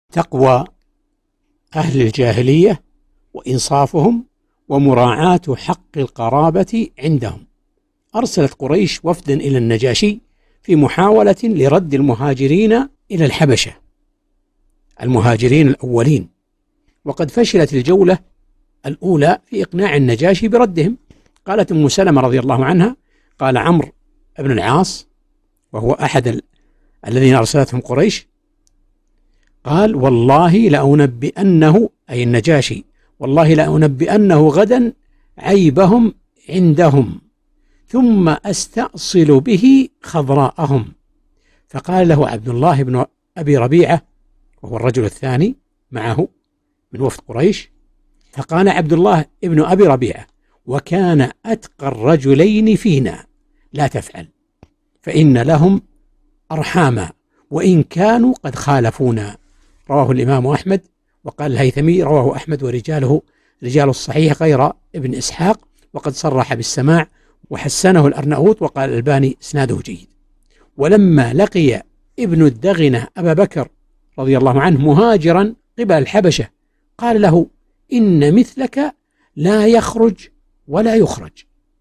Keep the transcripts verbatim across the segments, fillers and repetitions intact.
تقوى أهل الجاهلية وإنصافهم ومراعاة حق القرابة عندهم. أرسلت قريش وفدا إلى النجاشي في محاولة لرد المهاجرين إلى الحبشة، المهاجرين الأولين، وقد فشلت الجولة الأولى في إقناع النجاشي بردهم. قالت أم سلمة رضي الله عنها: قال عمرو بن العاص وهو أحد ال... الذين أرسلتهم قريش، قال: والله لأنبئنه، أي النجاشي، والله لأنبئنه غدا عيبهم عندهم ثم أستأصل به خضراءهم. فقال له عبد الله بن أبي ربيعة وهو الرجل الثاني معه من وفد قريش، فقال عبد الله بن أبي ربيعة: وكان أتقى الرجلين فينا، لا تفعل فإن لهم أرحاما وإن كانوا قد خالفونا. رواه الإمام أحمد. وقال الهيثمي: رواه أحمد ورجاله رجال الصحيح غير ابن إسحاق، وقد صرح بالسماع وحسنه الأرناؤوط، وقال الألباني إسناده جيد. ولما لقي ابن الدغنة أبا بكر رضي الله عنه مهاجرا قبل الحبشة، قال له: إن مثلك لا يخرج ولا يخرج،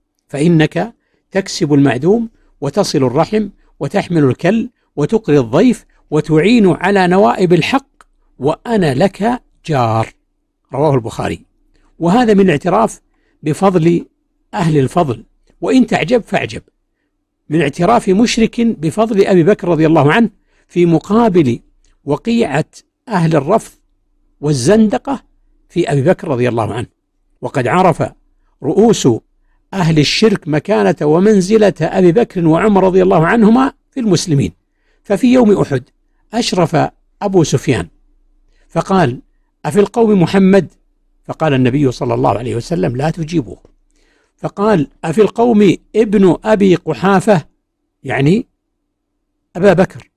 فإنك تكسب المعدوم وتصل الرحم وتحمل الكل وتقري الضيف وتعين على نوائب الحق، وأنا لك جار. رواه البخاري. وهذا من الاعتراف بفضل أهل الفضل، وإن تعجب فاعجب، من اعتراف مشرك بفضل أبي بكر رضي الله عنه في مقابل وقيعة أهل الرفض والزندقة في أبي بكر رضي الله عنه. وقد عرف رؤوس أهل الشرك مكانة ومنزلة أبي بكر وعمر رضي الله عنهما في المسلمين. ففي يوم أحد أشرف أبو سفيان فقال: أفي القوم محمد؟ فقال النبي صلى الله عليه وسلم: لا تجيبوه. فقال: أفي القوم ابن أبي قحافة، يعني أبا بكر؟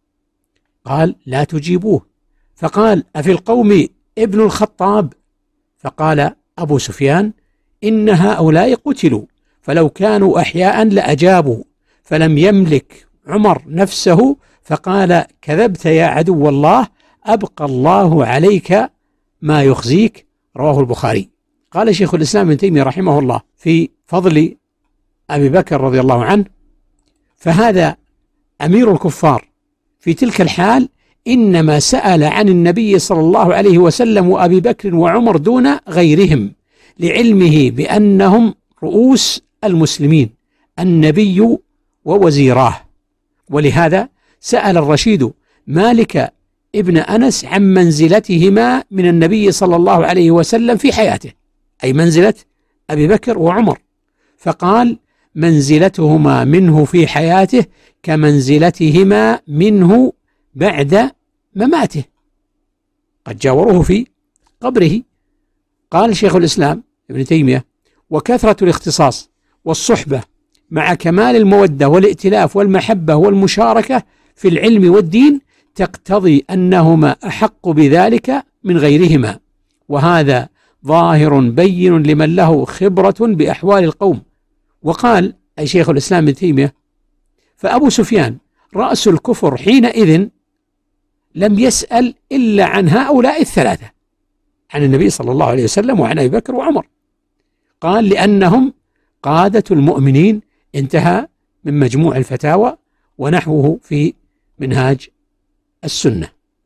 قال: لا تجيبوه. فقال: أفي القوم ابن الخطاب؟ فقال أبو سفيان: إن هؤلاء قتلوا، فلو كانوا أحياء لأجابوا، فلم يملك عمر نفسه فقال: كذبت يا عدو الله، أبقى الله عليك ما يخزيك. رواه البخاري. قال شيخ الإسلام ابن تيمية رحمه الله في فضل أبي بكر رضي الله عنه: فهذا أمير الكفار في تلك الحال إنما سأل عن النبي صلى الله عليه وسلم وأبي بكر وعمر دون غيرهم، لعلمه بأنهم رؤوس المسلمين، النبي ووزيراه. ولهذا سأل الرشيد مالك ابن أنس عن منزلتهما من النبي صلى الله عليه وسلم في حياته، أي منزلة أبي بكر وعمر، فقال: منزلتهما منه في حياته كمنزلتهما منه بعد مماته، قد جاوروه في قبره. قال شيخ الإسلام ابن تيمية: وكثرة الاختصاص والصحبة مع كمال المودة والائتلاف والمحبة والمشاركة في العلم والدين تقتضي أنهما أحق بذلك من غيرهما، وهذا ظاهر بين لمن له خبرة بأحوال القوم. وقال أي شيخ الإسلام ابن تيمية: فأبو سفيان رأس الكفر حينئذ لم يسأل إلا عن هؤلاء الثلاثة، عن النبي صلى الله عليه وسلم وعن أبي بكر وعمر. قال: لأنهم قادة المؤمنين. انتهى من مجموع الفتاوى ونحوه في منهاج السنة.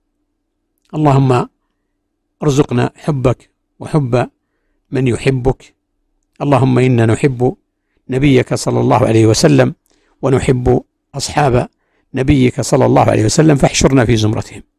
اللهم ارزقنا حبك وحب من يحبك. اللهم إنا نحب نبيك صلى الله عليه وسلم ونحب أصحاب نبيك صلى الله عليه وسلم، فاحشرنا في زمرتهم.